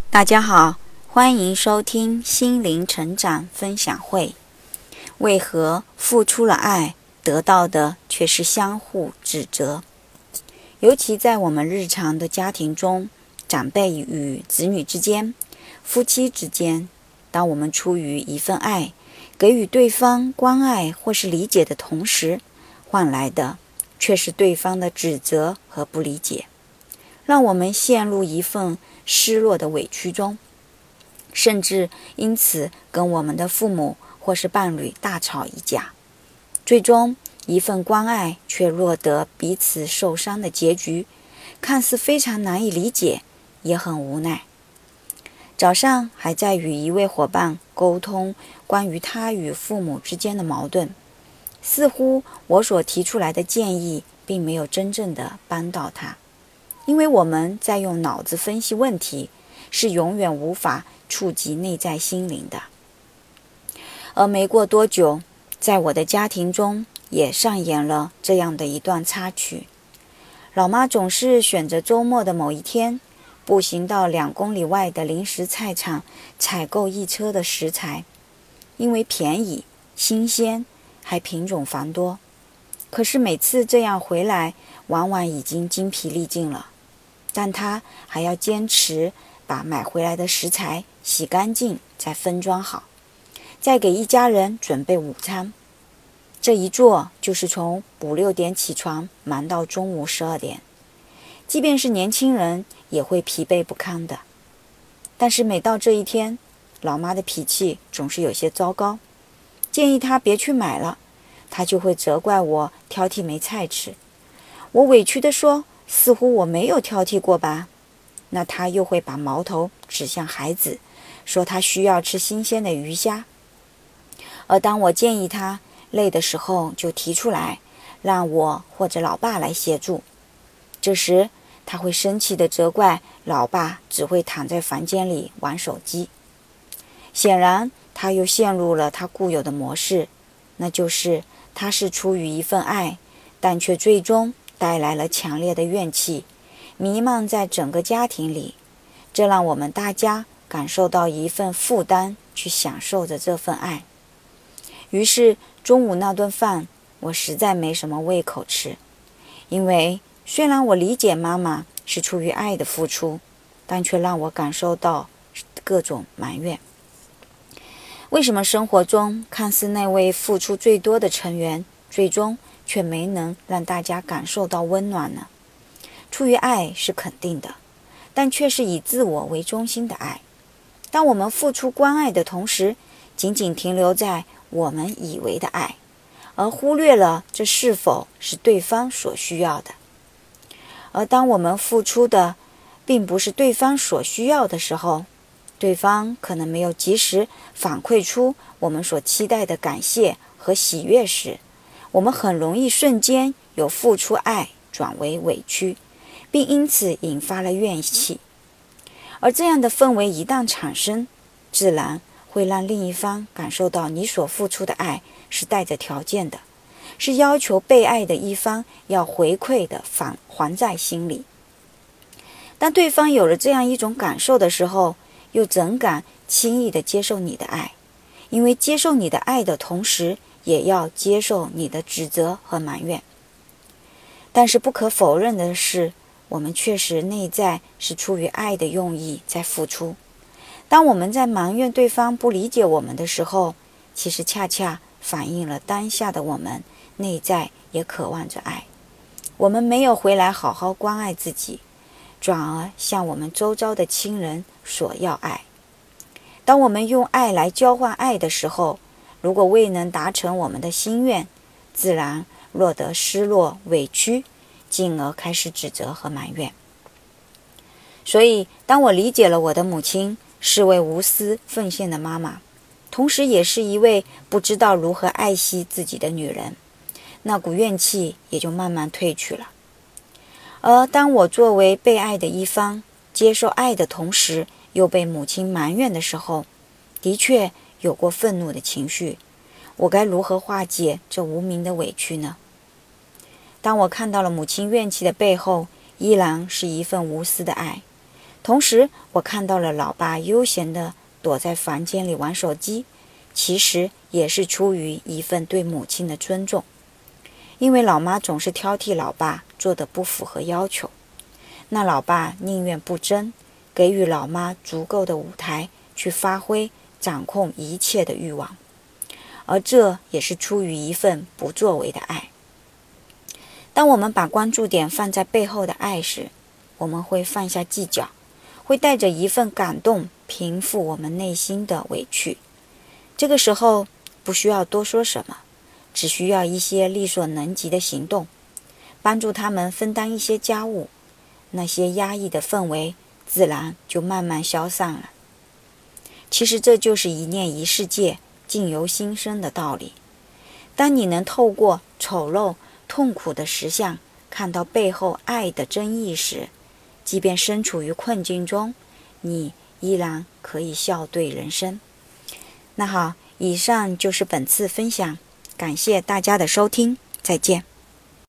大家好，欢迎收听心灵成长分享会。为何付出了爱，得到的却是相互指责？尤其在我们日常的家庭中，长辈与子女之间，夫妻之间，当我们出于一份爱，给予对方关爱或是理解的同时，换来的却是对方的指责和不理解，让我们陷入一份失落的委屈中，甚至因此跟我们的父母或是伴侣大吵一架，最终一份关爱却落得彼此受伤的结局，看似非常难以理解，也很无奈。早上还在与一位伙伴沟通关于他与父母之间的矛盾，似乎我所提出来的建议并没有真正的帮到他，因为我们在用脑子分析问题，是永远无法触及内在心灵的。而没过多久，在我的家庭中也上演了这样的一段插曲。老妈总是选择周末的某一天，步行到2公里外的临时菜场采购一车的食材，因为便宜、新鲜，还品种繁多。可是每次这样回来，往往已经精疲力尽了，但她还要坚持把买回来的食材洗干净，再分装好，再给一家人准备午餐。这一做就是从5、6点起床，忙到中午12点。即便是年轻人也会疲惫不堪的。但是每到这一天，老妈的脾气总是有些糟糕，建议她别去买了，她就会责怪我挑剔没菜吃。我委屈地说，似乎我没有挑剔过吧？那她又会把矛头指向孩子，说他需要吃新鲜的鱼虾。而当我建议她累的时候，就提出来让我或者老爸来协助。这时他会生气地责怪老爸只会躺在房间里玩手机。显然他又陷入了他固有的模式，那就是他是出于一份爱，但却最终带来了强烈的怨气，弥漫在整个家庭里。这让我们大家感受到一份负担，去享受着这份爱。于是中午那顿饭我实在没什么胃口吃，因为虽然我理解妈妈是出于爱的付出，但却让我感受到各种埋怨。为什么生活中看似那位付出最多的成员，最终却没能让大家感受到温暖呢？出于爱是肯定的，但却是以自我为中心的爱。当我们付出关爱的同时，仅仅停留在我们以为的爱，而忽略了这是否是对方所需要的。而当我们付出的并不是对方所需要的时候，对方可能没有及时反馈出我们所期待的感谢和喜悦时，我们很容易瞬间由付出爱转为委屈，并因此引发了怨气。而这样的氛围一旦产生，自然会让另一方感受到你所付出的爱是带着条件的，是要求被爱的一方要回馈的还在心里。当对方有了这样一种感受的时候，又怎敢轻易地接受你的爱？因为接受你的爱的同时，也要接受你的指责和埋怨。但是不可否认的是，我们确实内在是出于爱的用意在付出。当我们在埋怨对方不理解我们的时候，其实恰恰反映了当下的我们内在也渴望着爱。我们没有回来好好关爱自己，转而向我们周遭的亲人索要爱。当我们用爱来交换爱的时候，如果未能达成我们的心愿，自然落得失落、委屈，进而开始指责和埋怨。所以当我理解了我的母亲是位无私奉献的妈妈，同时也是一位不知道如何爱惜自己的女人，那股怨气也就慢慢退去了。而当我作为被爱的一方，接受爱的同时又被母亲埋怨的时候，的确有过愤怒的情绪。我该如何化解这无名的委屈呢？当我看到了母亲怨气的背后，依然是一份无私的爱。 同时，我看到了老爸悠闲地躲在房间里玩手机，其实也是出于一份对母亲的尊重。因为老妈总是挑剔老爸做得不符合要求，那老爸宁愿不争，给予老妈足够的舞台去发挥掌控一切的欲望，而这也是出于一份不作为的爱。当我们把关注点放在背后的爱时，我们会放下计较，会带着一份感动平复我们内心的委屈。这个时候不需要多说什么，只需要一些力所能及的行动，帮助他们分担一些家务，那些压抑的氛围自然就慢慢消散了。其实这就是一念一世界，境由心生的道理。当你能透过丑陋痛苦的实相看到背后爱的真意时，即便身处于困境中，你依然可以笑对人生。那好，以上就是本次分享，感谢大家的收听，再见。